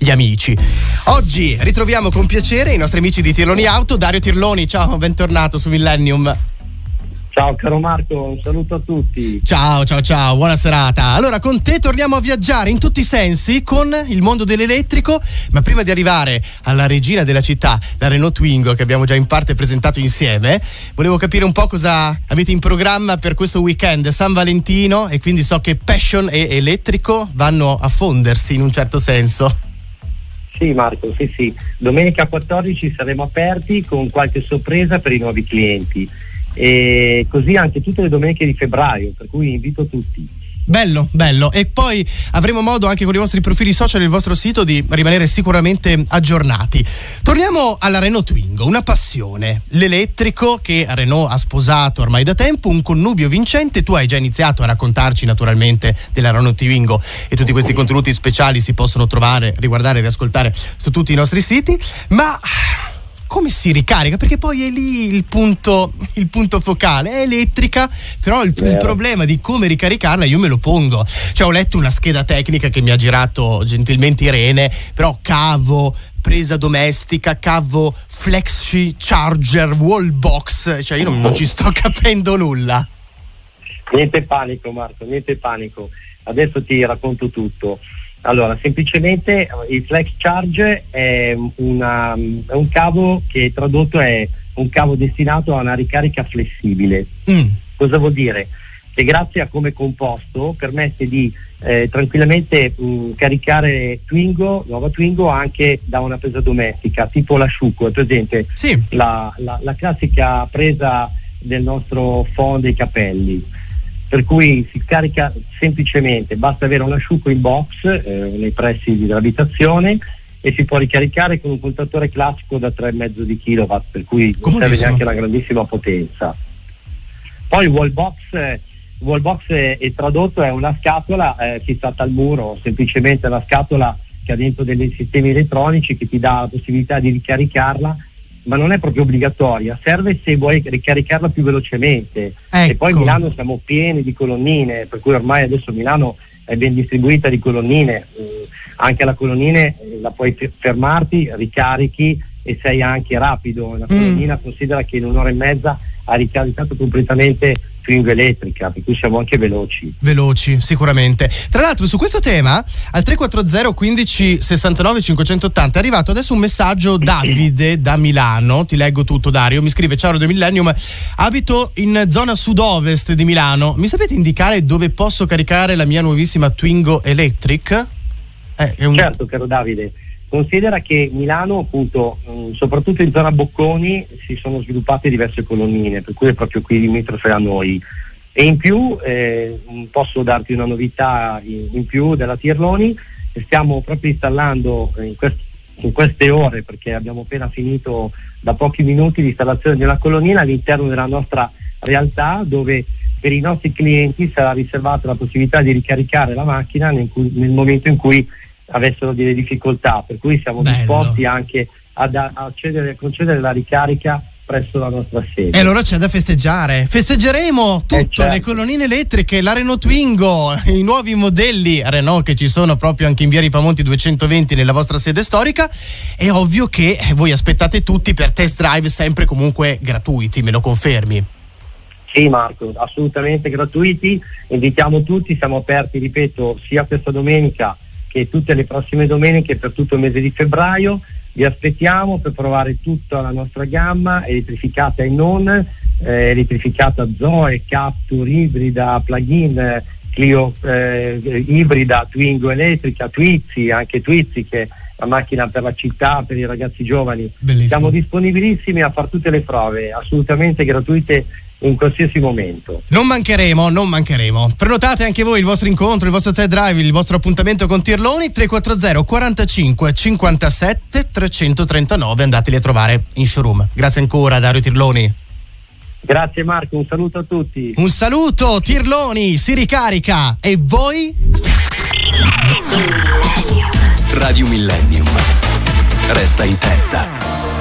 gli amici. Oggi ritroviamo con piacere i nostri amici di Tirloni Auto. Dario Tirloni, ciao, bentornato su Millennium. Ciao caro Marco, un saluto a tutti. Ciao, buona serata. Allora, con te torniamo a viaggiare in tutti i sensi con il mondo dell'elettrico, ma prima di arrivare alla regina della città, la Renault Twingo, che abbiamo già in parte presentato insieme, volevo capire un po' cosa avete in programma per questo weekend, San Valentino, e quindi so che passion e elettrico vanno a fondersi in un certo senso. Sì Marco, sì. Domenica 14 saremo aperti con qualche sorpresa per i nuovi clienti. E così anche tutte le domeniche di febbraio, per cui invito tutti. Bello, e poi avremo modo anche con i vostri profili social e il vostro sito di rimanere sicuramente aggiornati. Torniamo alla Renault Twingo, una passione, l'elettrico che Renault ha sposato ormai da tempo, un connubio vincente. Tu hai già iniziato a raccontarci naturalmente della Renault Twingo e tutti questi contenuti speciali si possono trovare, riguardare e riascoltare su tutti i nostri siti, ma come si ricarica? Perché poi è lì il punto focale, è elettrica, però il problema di come ricaricarla io me lo pongo. Cioè, ho letto una scheda tecnica che mi ha girato gentilmente Irene, però cavo, presa domestica, cavo flexi charger, wall box, cioè io non ci sto capendo nulla. Niente panico Marco, niente panico. Adesso ti racconto tutto. Allora, semplicemente il Flex Charge è un cavo che tradotto è un cavo destinato a una ricarica flessibile. Cosa vuol dire? Che grazie a come è composto permette di tranquillamente caricare nuova Twingo anche da una presa domestica, tipo l'asciugo, è presente? Sì. La classica presa del nostro phon dei capelli. Per cui si carica semplicemente, basta avere un asciugo in box nei pressi dell'abitazione e si può ricaricare con un contatore classico da 3,5 kW, per cui non serve neanche una grandissima potenza. Poi il wall box è tradotto, è una scatola fissata al muro, semplicemente una scatola che ha dentro dei sistemi elettronici che ti dà la possibilità di ricaricarla, ma non è proprio obbligatoria, serve se vuoi ricaricarla più velocemente. Ecco. E poi a Milano siamo pieni di colonnine, per cui ormai adesso Milano è ben distribuita di colonnine, anche la colonnine la puoi fermarti, ricarichi e sei anche rapido. La colonnina considera che in un'ora e mezza ha ricaricato completamente Twingo elettrica, per cui siamo anche veloci sicuramente. Tra l'altro, su questo tema al 340 15 69 580 è arrivato adesso un messaggio. Davide da Milano, ti leggo tutto. Dario mi scrive: ciao Radio Millennium, abito in zona sud-ovest di Milano, mi sapete indicare dove posso caricare la mia nuovissima Twingo Electric? Certo caro Davide, considera che Milano, appunto, soprattutto in zona Bocconi, si sono sviluppate diverse colonnine, per cui è proprio qui limitrofe a noi. E in più posso darti una novità in più della Tirloni: stiamo proprio installando in queste ore, perché abbiamo appena finito da pochi minuti l'installazione di una colonnina all'interno della nostra realtà, dove per i nostri clienti sarà riservata la possibilità di ricaricare la macchina nel momento in cui avessero delle difficoltà, per cui siamo disposti anche a concedere la ricarica presso la nostra sede. E allora c'è da festeggiare. Festeggeremo tutto, certo. Le colonnine elettriche, la Renault Twingo, i nuovi modelli Renault che ci sono proprio anche in via Ripamonti 220 nella vostra sede storica. È ovvio che voi aspettate tutti per test drive sempre comunque gratuiti, me lo confermi? Sì Marco, assolutamente gratuiti, invitiamo tutti, siamo aperti, ripeto, sia questa domenica che tutte le prossime domeniche per tutto il mese di febbraio. Vi aspettiamo per provare tutta la nostra gamma elettrificata e non, elettrificata Zoe, Captur, ibrida, plug-in, Clio ibrida, Twingo elettrica, Twizy, anche Twizy che è la macchina per la città, per i ragazzi giovani. Bellissimo. Siamo disponibilissimi a fare tutte le prove, assolutamente gratuite in qualsiasi momento. Non mancheremo. Prenotate anche voi il vostro incontro, il vostro test drive, il vostro appuntamento con Tirloni. 340 45 57 339, andateli a trovare in showroom. Grazie ancora Dario Tirloni. Grazie Marco, un saluto a tutti. Un saluto, Tirloni si ricarica. E voi? Radio Millennium resta in testa.